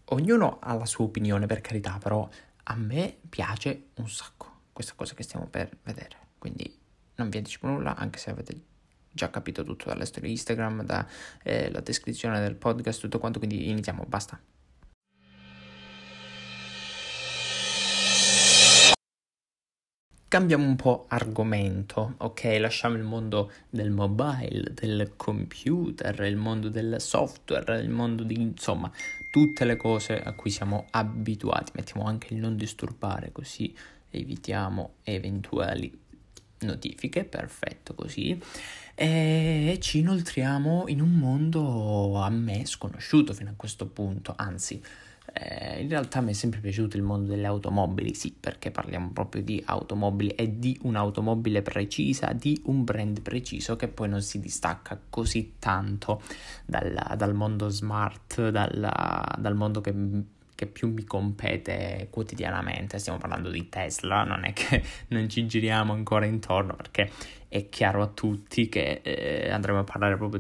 ognuno ha la sua opinione, per carità, però a me piace un sacco questa cosa che stiamo per vedere, quindi non vi anticipo nulla, anche se avete già capito tutto dalle storie Instagram, dalla descrizione del podcast, tutto quanto, quindi iniziamo, basta. Cambiamo un po' argomento, ok? Lasciamo il mondo del mobile, del computer, il mondo del software, il mondo di, insomma, tutte le cose a cui siamo abituati. Mettiamo anche il non disturbare, così evitiamo eventuali notifiche, perfetto così. E ci inoltriamo in un mondo a me sconosciuto fino a questo punto, anzi... in realtà mi è sempre piaciuto il mondo delle automobili, sì, perché parliamo proprio di automobili e di un'automobile precisa, di un brand preciso che poi non si distacca così tanto dal mondo smart, dal mondo che più mi compete quotidianamente. Stiamo parlando di Tesla, non è che non ci giriamo ancora intorno, perché è chiaro a tutti che andremo a parlare proprio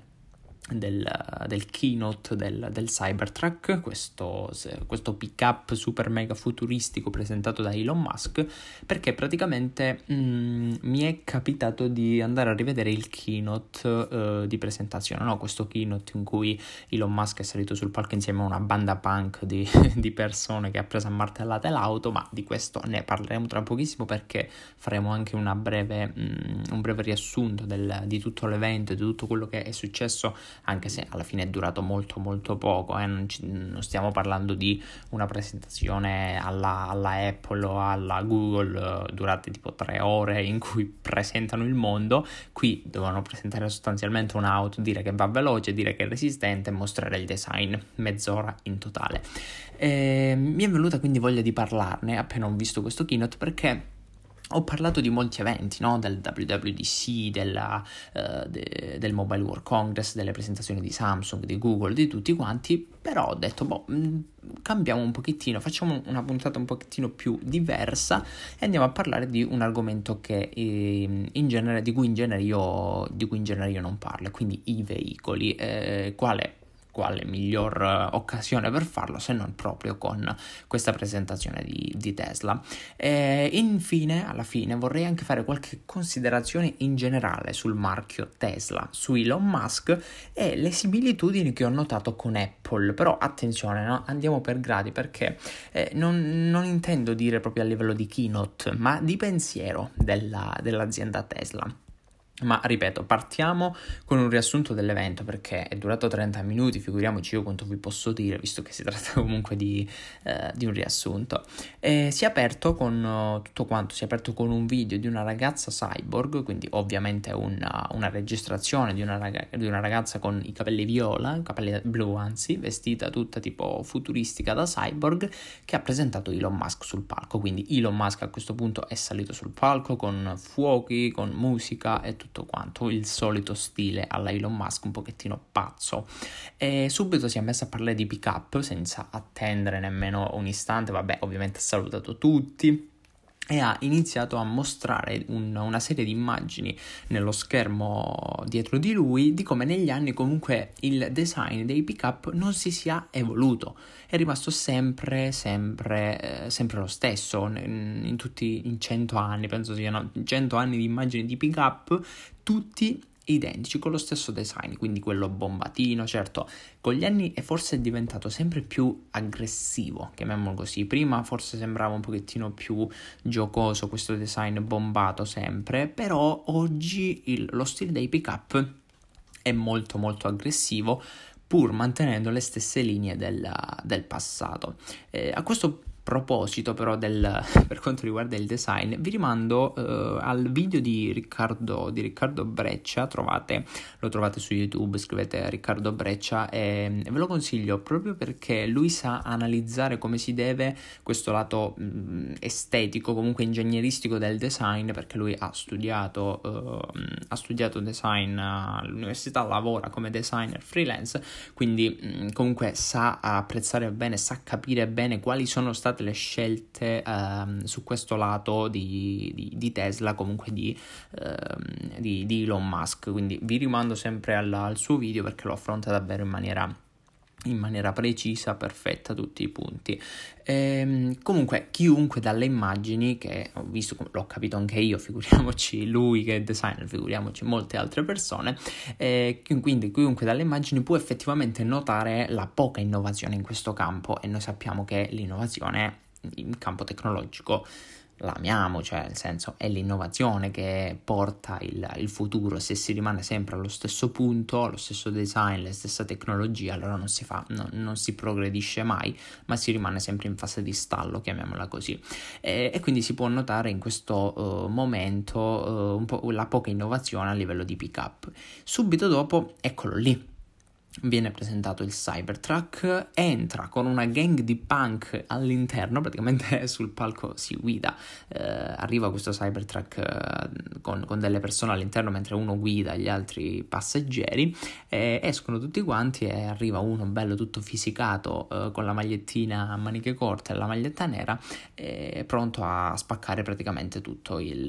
del keynote del Cybertruck, questo pick-up super mega futuristico presentato da Elon Musk, perché praticamente mi è capitato di andare a rivedere il keynote di presentazione, no? Questo keynote in cui Elon Musk è salito sul palco insieme a una banda punk di persone che ha preso a martellate l'auto, ma di questo ne parleremo tra pochissimo, perché faremo anche un breve riassunto di tutto l'evento, di tutto quello che è successo, anche se alla fine è durato molto molto poco, non stiamo parlando di una presentazione alla Apple o alla Google durate tipo 3 ore in cui presentano il mondo. Qui dovevano presentare sostanzialmente un'auto, dire che va veloce, dire che è resistente e mostrare il design, mezz'ora in totale. Mi è venuta quindi voglia di parlarne appena ho visto questo keynote, perché ho parlato di molti eventi, no? Del WWDC, del Mobile World Congress, delle presentazioni di Samsung, di Google, di tutti quanti, però ho detto, cambiamo un pochettino, facciamo una puntata un pochettino più diversa e andiamo a parlare di un argomento che di cui in genere io non parlo, quindi i veicoli. Quale miglior occasione per farlo se non proprio con questa presentazione di Tesla. E infine, alla fine, vorrei anche fare qualche considerazione in generale sul marchio Tesla, su Elon Musk e le similitudini che ho notato con Apple. Però attenzione, no? Andiamo per gradi, perché non intendo dire proprio a livello di keynote, ma di pensiero dell'azienda Tesla. Ma ripeto, partiamo con un riassunto dell'evento, perché è durato 30 minuti, figuriamoci io quanto vi posso dire, visto che si tratta comunque di un riassunto. Si è aperto con tutto quanto, si è aperto con un video di una ragazza cyborg, quindi ovviamente una registrazione di una ragazza con i capelli blu anzi, vestita tutta tipo futuristica da cyborg, che ha presentato Elon Musk sul palco. Quindi Elon Musk a questo punto è salito sul palco con fuochi, con musica e tutto quanto, il solito stile alla Elon Musk, un pochettino pazzo. E subito si è messo a parlare di pick-up senza attendere nemmeno un istante. Vabbè, ovviamente ha salutato tutti e ha iniziato a mostrare una serie di immagini nello schermo dietro di lui di come negli anni comunque il design dei pick-up non si sia evoluto, è rimasto sempre lo stesso in 100 anni, penso siano 100 anni di immagini di pick-up, tutti identici, con lo stesso design, quindi quello bombatino. Certo, con gli anni è forse diventato sempre più aggressivo, chiamiamolo così. Prima forse sembrava un pochettino più giocoso questo design bombato sempre, però oggi lo stile dei pick-up è molto molto aggressivo, pur mantenendo le stesse linee del passato. A questo proposito però per quanto riguarda il design, vi rimando al video di Riccardo Breccia. Lo trovate su YouTube, scrivete Riccardo Breccia e ve lo consiglio proprio perché lui sa analizzare come si deve questo lato estetico, comunque ingegneristico del design, perché lui ha studiato design all'università, lavora come designer freelance, quindi comunque sa apprezzare bene, sa capire bene quali sono state le scelte su questo lato di Tesla, comunque di Elon Musk. Quindi vi rimando sempre al suo video, perché lo affronta davvero in maniera in maniera precisa, perfetta, tutti i punti. Comunque chiunque dalle immagini, che ho visto, l'ho capito anche io, figuriamoci lui che è designer, figuriamoci molte altre persone, quindi chiunque dalle immagini può effettivamente notare la poca innovazione in questo campo, e noi sappiamo che l'innovazione in campo tecnologico la amiamo, cioè nel senso è l'innovazione che porta il futuro. Se si rimane sempre allo stesso punto, lo stesso design, la stessa tecnologia, allora non si progredisce mai, ma si rimane sempre in fase di stallo, chiamiamola così, e quindi si può notare in questo momento un po' la poca innovazione a livello di pick-up. Subito dopo, eccolo lì, viene presentato il Cybertruck, entra con una gang di punk all'interno, praticamente sul palco si guida, arriva questo Cybertruck con delle persone all'interno mentre uno guida gli altri passeggeri, escono tutti quanti e arriva uno bello tutto fisicato, con la magliettina a maniche corte e la maglietta nera, pronto a spaccare praticamente tutto il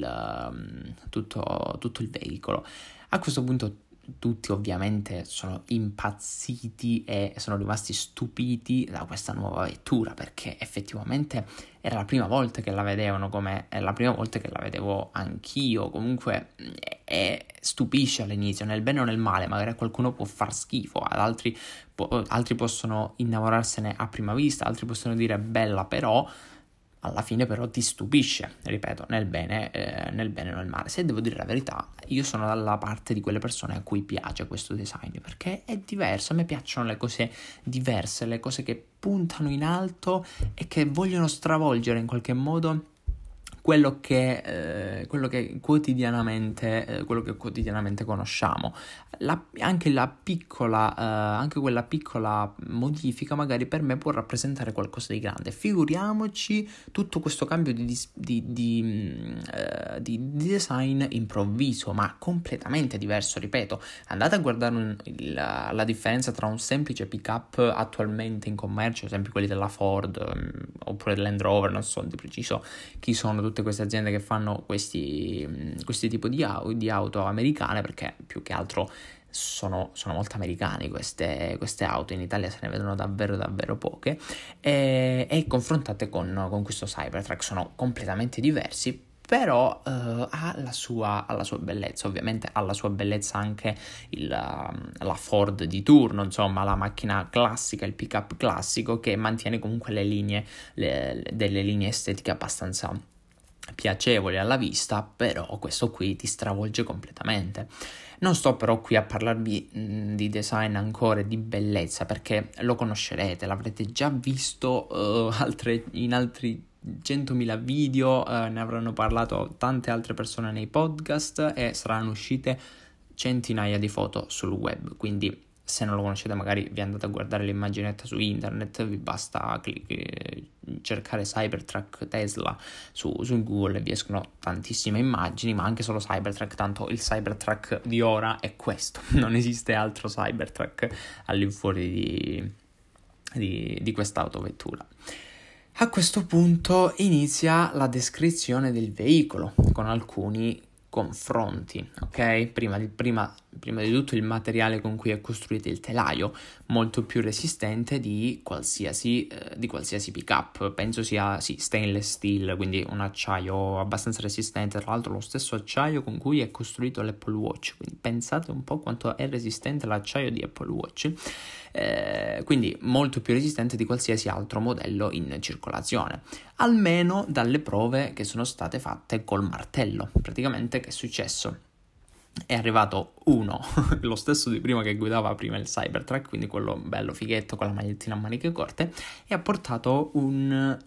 veicolo. A questo punto tutti ovviamente sono impazziti e sono rimasti stupiti da questa nuova vettura, perché effettivamente era la prima volta che la vedevano, come è la prima volta che la vedevo anch'io. Comunque stupisce all'inizio, nel bene o nel male. Magari a qualcuno può far schifo, ad altri possono innamorarsene a prima vista, altri possono dire bella, però alla fine però ti stupisce, ripeto, nel bene o nel male. Se devo dire la verità, io sono dalla parte di quelle persone a cui piace questo design, perché è diverso. A me piacciono le cose diverse, le cose che puntano in alto e che vogliono stravolgere in qualche modo quello che quotidianamente conosciamo. Anche quella piccola modifica magari per me può rappresentare qualcosa di grande. Figuriamoci tutto questo cambio di design improvviso, ma completamente diverso. Ripeto, andate a guardare la differenza tra un semplice pick-up attualmente in commercio, ad esempio quelli della Ford, oppure del Land Rover, non so di preciso chi sono tutte queste aziende che fanno questi tipi di auto americane, perché più che altro sono molto americane queste auto. In Italia se ne vedono davvero davvero poche, e confrontate con questo Cybertruck sono completamente diversi, però ha la sua bellezza. Ovviamente ha la sua bellezza anche la Ford di turno, insomma la macchina classica, il pick-up classico, che mantiene comunque delle linee estetiche abbastanza piacevoli alla vista, però questo qui ti stravolge completamente. Non sto però qui a parlarvi di design ancora e di bellezza, perché lo conoscerete, l'avrete già visto in altri 100.000 video, ne avranno parlato tante altre persone nei podcast e saranno uscite centinaia di foto sul web. Quindi se non lo conoscete magari vi andate a guardare l'immaginetta su internet, vi basta cercare Cybertruck Tesla su Google e vi escono tantissime immagini, ma anche solo Cybertruck, tanto il Cybertruck di ora è questo, non esiste altro Cybertruck all'infuori di questa autovettura. A questo punto inizia la descrizione del veicolo con alcuni confronti, ok? Prima di tutto il materiale con cui è costruito il telaio, molto più resistente di qualsiasi pick-up. Penso sia stainless steel, quindi un acciaio abbastanza resistente, tra l'altro lo stesso acciaio con cui è costruito l'Apple Watch, quindi pensate un po' quanto è resistente l'acciaio di Apple Watch, quindi molto più resistente di qualsiasi altro modello in circolazione, almeno dalle prove che sono state fatte col martello. Praticamente che è successo? È arrivato uno, lo stesso di prima che guidava prima il Cybertruck, quindi quello bello fighetto con la magliettina a maniche corte, e ha portato uno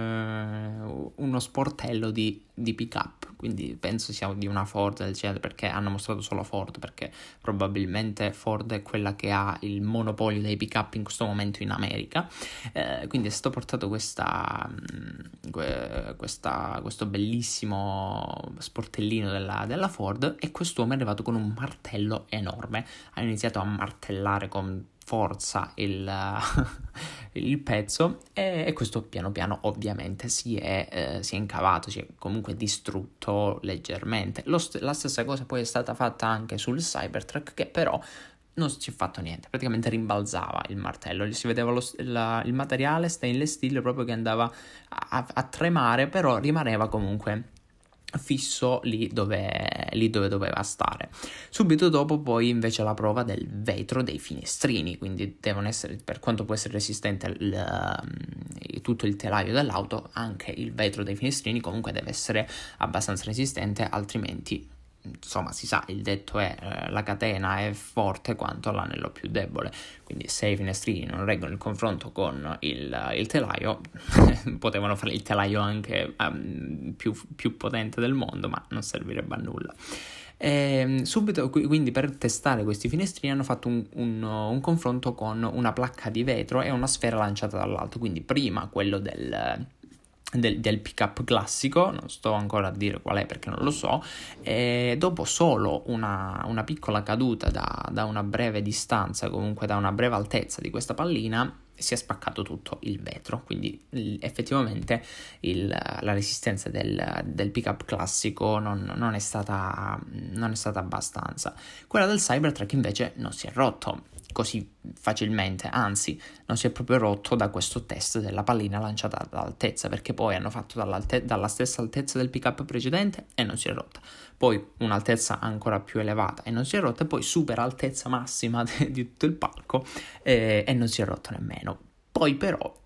sportello di pick-up, quindi penso sia di una Ford del genere, perché hanno mostrato solo Ford, perché probabilmente Ford è quella che ha il monopolio dei pick-up in questo momento in America, quindi è stato portato questo bellissimo sportellino della Ford, e quest'uomo è arrivato con un martello enorme, ha iniziato a martellare con forza il pezzo, e questo piano piano ovviamente si è incavato, si è comunque distrutto leggermente. La stessa cosa poi è stata fatta anche sul Cybertruck, che però non si è fatto niente, praticamente rimbalzava il martello, si vedeva il materiale stainless steel proprio che andava a tremare, però rimaneva comunque fisso lì dove doveva stare. Subito dopo poi invece la prova del vetro dei finestrini, quindi devono essere, per quanto può essere resistente tutto il telaio dell'auto, anche il vetro dei finestrini comunque deve essere abbastanza resistente, altrimenti insomma si sa, il detto è la catena è forte quanto l'anello più debole, quindi se i finestrini non reggono il confronto con il telaio potevano fare il telaio anche più potente del mondo, ma non servirebbe a nulla. Subito quindi per testare questi finestrini hanno fatto un confronto con una placca di vetro e una sfera lanciata dall'alto, quindi prima quello del pick-up classico, non sto ancora a dire qual è perché non lo so, e dopo solo una piccola caduta da una breve distanza, comunque da una breve altezza di questa pallina, si è spaccato tutto il vetro, quindi effettivamente la resistenza del pick-up classico non è stata abbastanza. Quella del Cybertruck invece non si è rotto così facilmente, anzi non si è proprio rotto da questo test della pallina lanciata ad altezza, perché poi hanno fatto dalla stessa altezza del pick-up precedente e non si è rotta, poi un'altezza ancora più elevata e non si è rotta, e poi super altezza massima di tutto il palco e non si è rotto nemmeno. Poi però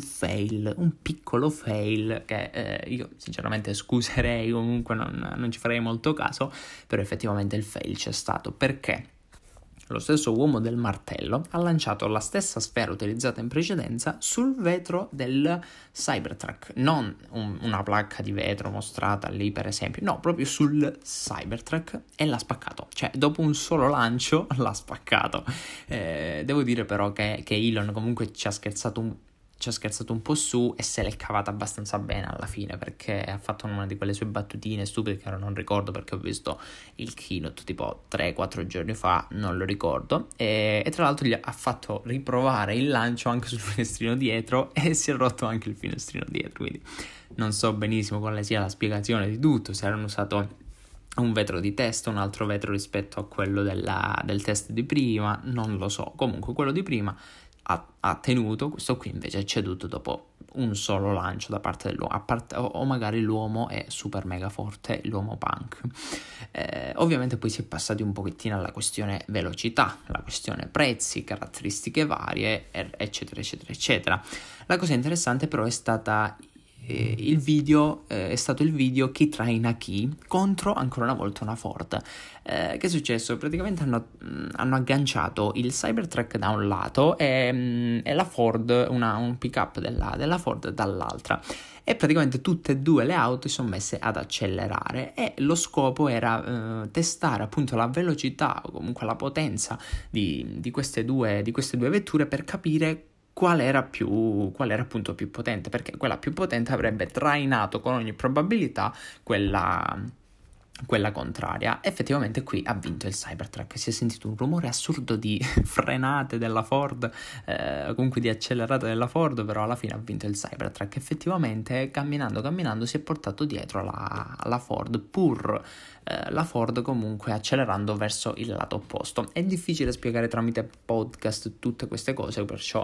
un piccolo fail che io sinceramente scuserei, comunque non ci farei molto caso, però effettivamente il fail c'è stato, perché lo stesso uomo del martello ha lanciato la stessa sfera utilizzata in precedenza sul vetro del Cybertruck, non una placca di vetro mostrata lì per esempio, no, proprio sul Cybertruck, e l'ha spaccato, cioè dopo un solo lancio l'ha spaccato. Devo dire però che Elon comunque ci ha scherzato un po' su e se l'è cavata abbastanza bene alla fine, perché ha fatto una di quelle sue battutine stupide che ora non ricordo, perché ho visto il keynote tipo 3-4 giorni fa, non lo ricordo, e tra l'altro gli ha fatto riprovare il lancio anche sul finestrino dietro e si è rotto anche il finestrino dietro, quindi non so benissimo quale sia la spiegazione di tutto, se hanno usato un vetro di test, un altro vetro rispetto a quello del test di prima, non lo so, comunque quello di prima ha tenuto, questo qui invece è ceduto dopo un solo lancio da parte dell'uomo, o magari l'uomo è super mega forte, l'uomo punk. Ovviamente poi si è passati un pochettino alla questione velocità, la questione prezzi, caratteristiche varie, eccetera eccetera eccetera. La cosa interessante però è stata il video chi traina chi contro ancora una volta una Ford. Che è successo? Praticamente hanno agganciato il Cybertruck da un lato e la Ford, un pick-up della Ford dall'altra, e praticamente tutte e due le auto si sono messe ad accelerare, e lo scopo era testare appunto la velocità o comunque la potenza di queste due vetture, per capire qual era appunto più potente, perché quella più potente avrebbe trainato con ogni probabilità quella contraria. Effettivamente qui ha vinto il Cybertruck, si è sentito un rumore assurdo di frenate della Ford, comunque di accelerate della Ford, però alla fine ha vinto il Cybertruck. Effettivamente camminando si è portato dietro la Ford, pur la Ford comunque accelerando verso il lato opposto. È difficile spiegare tramite podcast tutte queste cose, perciò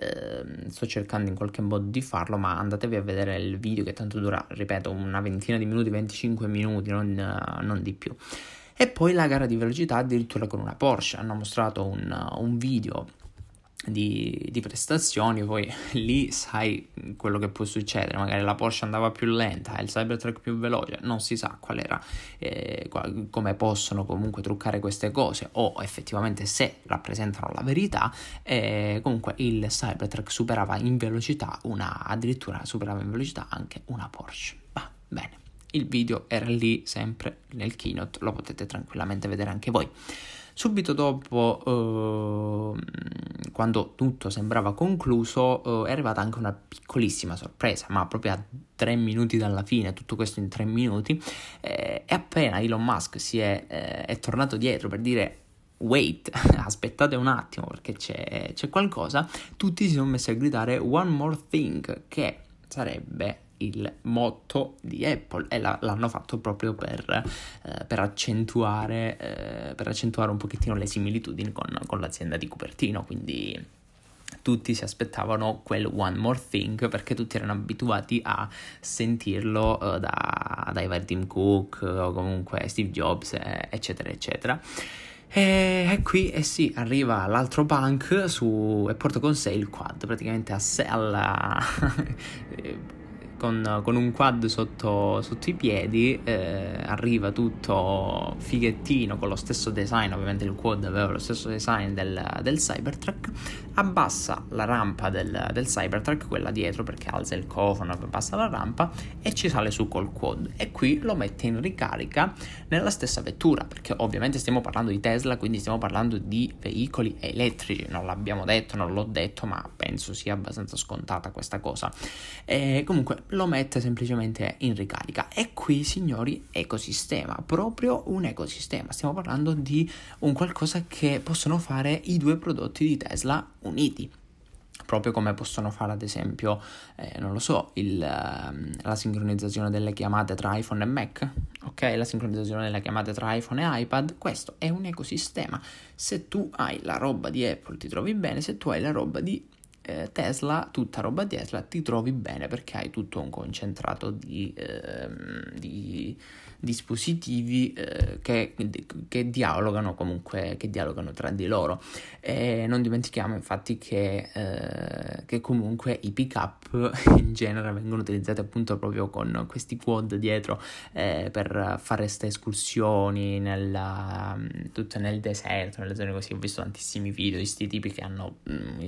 sto cercando in qualche modo di farlo, ma andatevi a vedere il video, che tanto dura, ripeto, una ventina di minuti, 25 minuti, non di più. E poi la gara di velocità addirittura con una Porsche, hanno mostrato un video di prestazioni, poi lì sai quello che può succedere, magari la Porsche andava più lenta, il Cybertruck più veloce, non si sa qual era, come possono comunque truccare queste cose, o effettivamente se rappresentano la verità. Comunque il Cybertruck addirittura superava in velocità anche una Porsche. Bene, il video era lì sempre nel keynote, lo potete tranquillamente vedere anche voi. Subito dopo, quando tutto sembrava concluso, è arrivata anche una piccolissima sorpresa, ma proprio a 3 minuti dalla fine, tutto questo in 3 minuti, e appena Elon Musk è tornato dietro per dire wait, aspettate un attimo perché c'è qualcosa, tutti si sono messi a gridare one more thing, che sarebbe il motto di Apple, e l'hanno fatto proprio per accentuare un pochettino le similitudini con l'azienda di Cupertino. Quindi tutti si aspettavano quel one more thing, perché tutti erano abituati a sentirlo dai vari Tim Cook o comunque Steve Jobs, eccetera eccetera. E qui sì, arriva l'altro punk e porta con sé il quad, praticamente con un quad sotto i piedi, arriva tutto fighettino con lo stesso design. Ovviamente il quad aveva lo stesso design del Cybertruck, abbassa la rampa del Cybertruck, quella dietro, perché alza il cofano, abbassa la rampa e ci sale su col quad, e qui lo mette in ricarica nella stessa vettura, perché ovviamente stiamo parlando di Tesla, quindi stiamo parlando di veicoli elettrici. Non l'abbiamo detto, non l'ho detto, ma penso sia abbastanza scontata questa cosa. Comunque lo mette semplicemente in ricarica, e qui, signori, ecosistema, proprio un ecosistema. Stiamo parlando di un qualcosa che possono fare i due prodotti di Tesla uniti, proprio come possono fare ad esempio, non lo so, la sincronizzazione delle chiamate tra iPhone e Mac, ok? La sincronizzazione delle chiamate tra iPhone e iPad. Questo è un ecosistema. Se tu hai la roba di Apple ti trovi bene, se tu hai la roba di Tesla, tutta roba Tesla, ti trovi bene, perché hai tutto un concentrato di dispositivi che dialogano tra di loro. Non dimentichiamo infatti che comunque i pick-up in genere vengono utilizzati appunto proprio con questi quad dietro, per fare queste escursioni tutto nel deserto, nelle zone così. Ho visto tantissimi video di sti tipi che hanno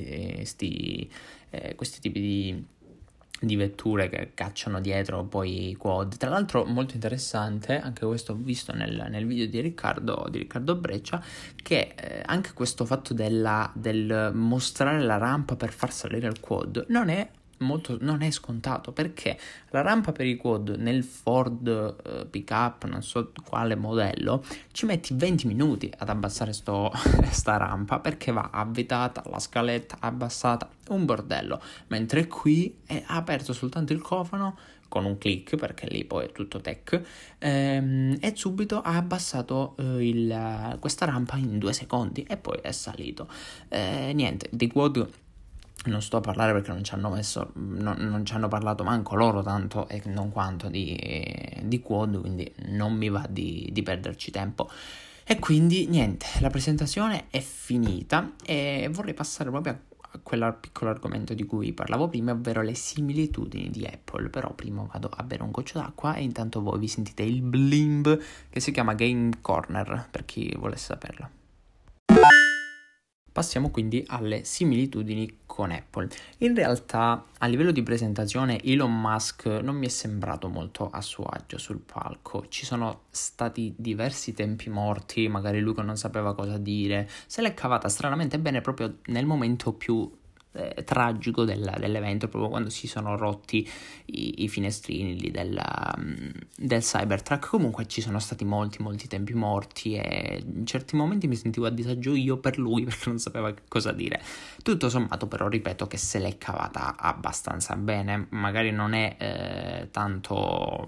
questi tipi di vetture che cacciano dietro poi i quad. Tra l'altro molto interessante, anche questo ho visto nel video di Riccardo Breccia, che anche questo fatto del mostrare la rampa per far salire il quad non è scontato, perché la rampa per i quad nel Ford pickup, non so quale modello, ci metti 20 minuti ad abbassare sta rampa, perché va avvitata, la scaletta abbassata, un bordello, mentre qui è aperto soltanto il cofano con un click, perché lì poi è tutto tech, e subito ha abbassato questa rampa in 2 secondi e poi è salito. Niente, di quad non sto a parlare, perché non ci hanno parlato manco loro tanto e non quanto di quad, quindi non mi va di perderci tempo. E quindi niente, la presentazione è finita e vorrei passare proprio a quel piccolo argomento di cui parlavo prima, ovvero le similitudini di Apple. Però prima vado a bere un goccio d'acqua e intanto voi vi sentite il blimp che si chiama Game Corner, per chi volesse saperlo. Passiamo quindi alle similitudini con Apple. In realtà, a livello di presentazione, Elon Musk non mi è sembrato molto a suo agio sul palco. Ci sono stati diversi tempi morti, magari lui che non sapeva cosa dire, se l'è cavata stranamente bene proprio nel momento più tragico dell'evento, proprio quando si sono rotti i finestrini lì del Cybertruck. Comunque ci sono stati molti tempi morti, e in certi momenti mi sentivo a disagio io per lui, perché non sapeva che cosa dire. Tutto sommato però ripeto che se l'è cavata abbastanza bene. Magari non è tanto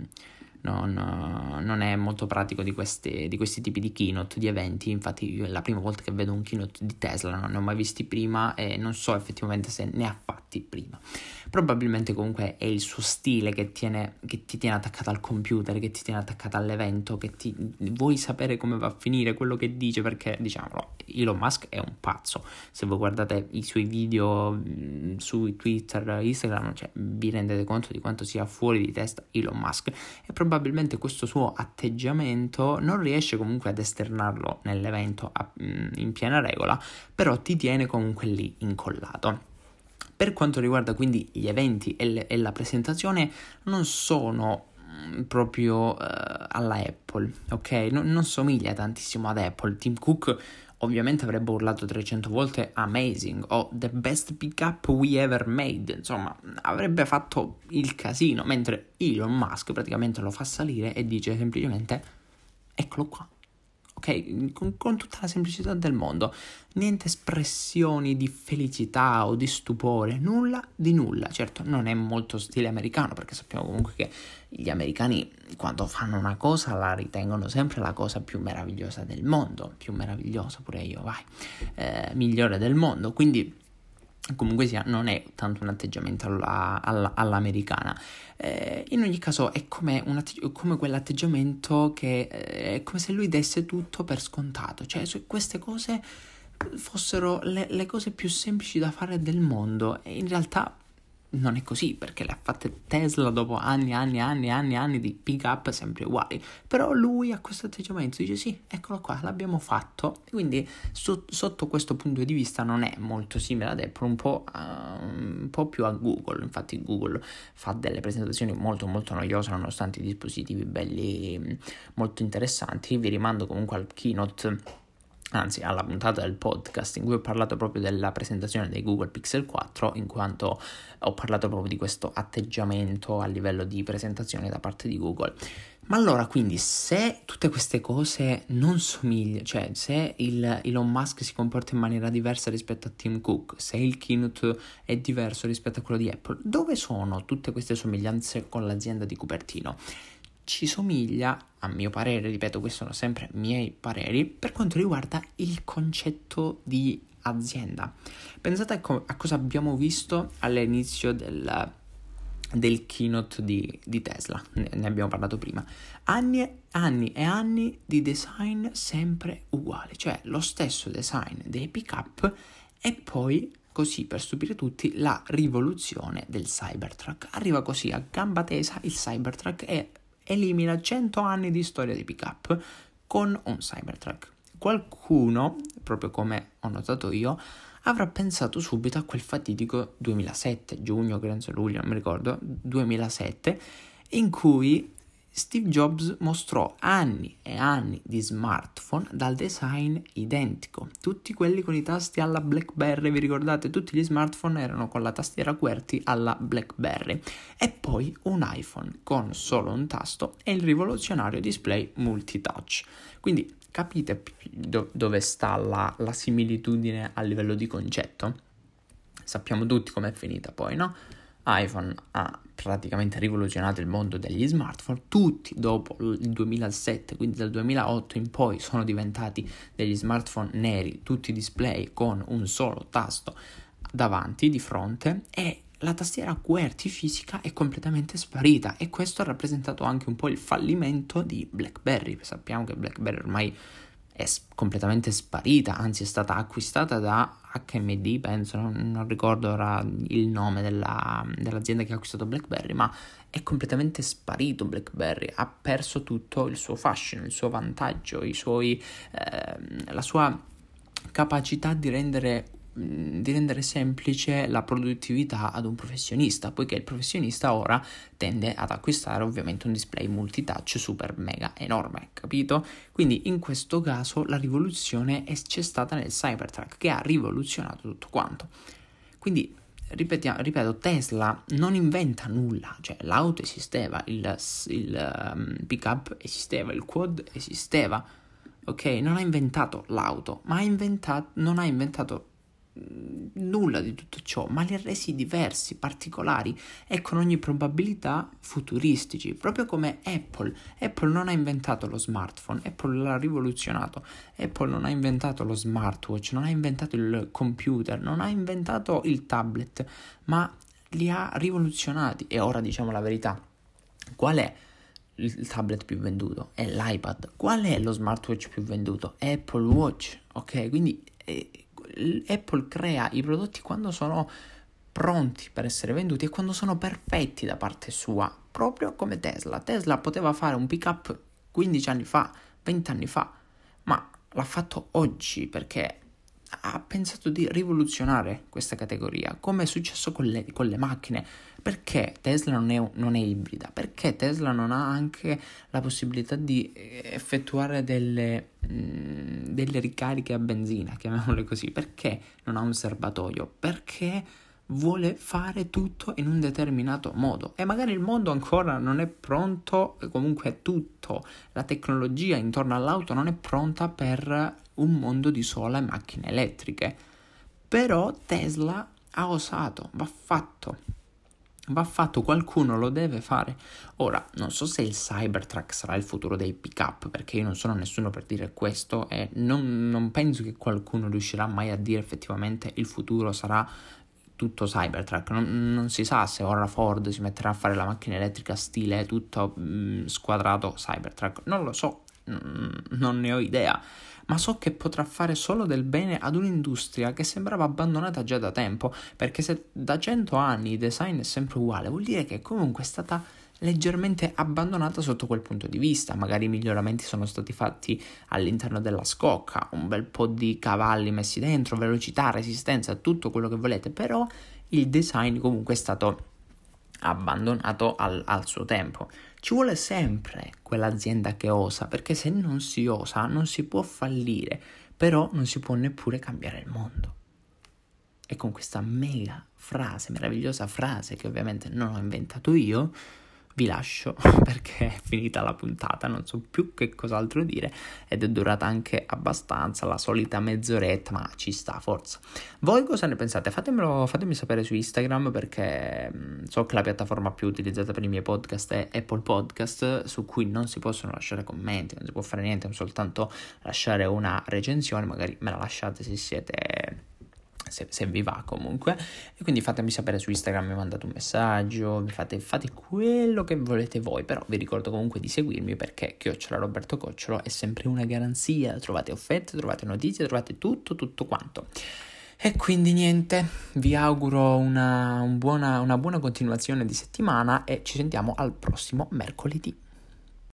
non è molto pratico di questi tipi di keynote, di eventi. Infatti io è la prima volta che vedo un keynote di Tesla, non ne ho mai visti prima e non so effettivamente se ne ha fatti prima. Probabilmente comunque è il suo stile che ti tiene attaccata al computer, che ti tiene attaccata all'evento, che vuoi sapere come va a finire quello che dice, perché diciamolo, Elon Musk è un pazzo. Se voi guardate i suoi video su Twitter, Instagram, cioè, vi rendete conto di quanto sia fuori di testa Elon Musk, e probabilmente questo suo atteggiamento non riesce comunque ad esternarlo nell'evento in piena regola, però ti tiene comunque lì incollato. Per quanto riguarda quindi gli eventi e la presentazione, non sono proprio alla Apple, ok? Non somiglia tantissimo ad Apple. Tim Cook ovviamente avrebbe urlato 300 volte amazing o the best pickup we ever made, insomma avrebbe fatto il casino, mentre Elon Musk praticamente lo fa salire e dice semplicemente eccolo qua, ok? Con tutta la semplicità del mondo, niente espressioni di felicità o di stupore, nulla di nulla. Certo, non è molto stile americano, perché sappiamo comunque che gli americani quando fanno una cosa la ritengono sempre la cosa più meravigliosa del mondo, più meravigliosa pure io, vai, migliore del mondo, quindi comunque sia, non è tanto un atteggiamento all'americana. In ogni caso è come quell'atteggiamento che è come se lui desse tutto per scontato, cioè queste cose fossero le cose più semplici da fare del mondo, e in realtà non è così, perché le ha fatte Tesla dopo anni di pick up sempre uguali. Però lui ha questo atteggiamento, dice sì, eccolo qua, l'abbiamo fatto. Quindi sotto questo punto di vista non è molto simile ad Apple, un po' più a Google. Infatti Google fa delle presentazioni molto molto noiose, nonostante i dispositivi belli, molto interessanti. Vi rimando comunque al keynote, anzi alla puntata del podcast in cui ho parlato proprio della presentazione dei Google Pixel 4, in quanto ho parlato proprio di questo atteggiamento a livello di presentazione da parte di Google. Ma allora, quindi, se tutte queste cose non somigliano, cioè se Elon Musk si comporta in maniera diversa rispetto a Tim Cook, se il keynote è diverso rispetto a quello di Apple, dove sono tutte queste somiglianze con l'azienda di Cupertino? Ci somiglia, a mio parere, ripeto, questi sono sempre miei pareri, per quanto riguarda il concetto di azienda. Pensate a cosa abbiamo visto all'inizio del keynote di Tesla, ne abbiamo parlato prima. Anni e anni di design sempre uguali, cioè lo stesso design dei pick-up, e poi, così per stupire tutti, la rivoluzione del Cybertruck. Arriva così a gamba tesa il Cybertruck e elimina 100 anni di storia di pick-up con un Cybertruck. Qualcuno, proprio come ho notato io, avrà pensato subito a quel fatidico 2007, giugno, credo, luglio, non mi ricordo, 2007, in cui Steve Jobs mostrò anni e anni di smartphone dal design identico, tutti quelli con i tasti alla BlackBerry, vi ricordate? Tutti gli smartphone erano con la tastiera QWERTY alla BlackBerry, e poi un iPhone con solo un tasto e il rivoluzionario display multitouch. Quindi capite dove sta la similitudine a livello di concetto? Sappiamo tutti com'è finita poi, no? iPhone ha praticamente rivoluzionato il mondo degli smartphone, tutti dopo il 2007, quindi dal 2008 in poi sono diventati degli smartphone neri, tutti display con un solo tasto davanti, di fronte, e la tastiera QWERTY fisica è completamente sparita, e questo ha rappresentato anche un po' il fallimento di BlackBerry. Sappiamo che BlackBerry ormai è completamente sparita, anzi è stata acquistata da HMD, penso, non ricordo ora il nome dell'azienda che ha acquistato BlackBerry, ma è completamente sparito BlackBerry, ha perso tutto il suo fascino, il suo vantaggio, la sua capacità di rendere semplice la produttività ad un professionista, poiché il professionista ora tende ad acquistare ovviamente un display multitouch super mega enorme, capito? Quindi in questo caso la rivoluzione c'è stata nel Cybertruck, che ha rivoluzionato tutto quanto. Quindi ripeto, Tesla non inventa nulla, cioè l'auto esisteva, il pick-up esisteva, il quad esisteva, ok? Non ha inventato l'auto, ma non ha inventato nulla di tutto ciò, ma li ha resi diversi, particolari e con ogni probabilità futuristici, proprio come Apple. Apple non ha inventato lo smartphone, Apple l'ha rivoluzionato. Apple non ha inventato lo smartwatch, non ha inventato il computer, non ha inventato il tablet, ma li ha rivoluzionati. E ora diciamo la verità: qual è il tablet più venduto? È l'iPad. Qual è lo smartwatch più venduto? È Apple Watch, ok? Quindi Apple crea i prodotti quando sono pronti per essere venduti e quando sono perfetti da parte sua, proprio come Tesla. Tesla poteva fare un pick-up 15 anni fa, 20 anni fa, ma l'ha fatto oggi perché ha pensato di rivoluzionare questa categoria, come è successo con le macchine. Perché Tesla non è ibrida? Perché Tesla non ha anche la possibilità di effettuare delle ricariche a benzina, chiamiamole così? Perché non ha un serbatoio? Perché vuole fare tutto in un determinato modo e magari il mondo ancora non è pronto, comunque tutto, la tecnologia intorno all'auto non è pronta per un mondo di sole macchine elettriche. Però Tesla ha osato, va fatto, qualcuno lo deve fare. Ora, non so se il Cybertruck sarà il futuro dei pick-up, perché io non sono nessuno per dire questo e non penso che qualcuno riuscirà mai a dire effettivamente il futuro sarà tutto Cybertruck. Non si sa se ora Ford si metterà a fare la macchina elettrica stile tutto squadrato Cybertruck, non lo so, non ne ho idea, ma so che potrà fare solo del bene ad un'industria che sembrava abbandonata già da tempo, perché se da 100 anni il design è sempre uguale, vuol dire che comunque è stata leggermente abbandonata sotto quel punto di vista. Magari i miglioramenti sono stati fatti all'interno della scocca, un bel po' di cavalli messi dentro, velocità, resistenza, tutto quello che volete, però il design comunque è stato abbandonato al suo tempo. Ci vuole sempre quell'azienda che osa, perché se non si osa non si può fallire, però non si può neppure cambiare il mondo. E con questa meravigliosa frase che ovviamente non ho inventato io, vi lascio perché è finita la puntata, non so più che cos'altro dire ed è durata anche abbastanza, la solita mezz'oretta, ma ci sta, forza. Voi cosa ne pensate? Fatemi sapere su Instagram, perché so che la piattaforma più utilizzata per i miei podcast è Apple Podcast, su cui non si possono lasciare commenti, non si può fare niente, soltanto lasciare una recensione, magari me la lasciate se siete... Se vi va comunque, e quindi fatemi sapere su Instagram, mi mandate un messaggio, fate quello che volete voi, però vi ricordo comunque di seguirmi, perché @Roberto Cocciolo è sempre una garanzia, trovate offerte, trovate notizie, trovate tutto quanto. E quindi niente, vi auguro una buona continuazione di settimana e ci sentiamo al prossimo mercoledì.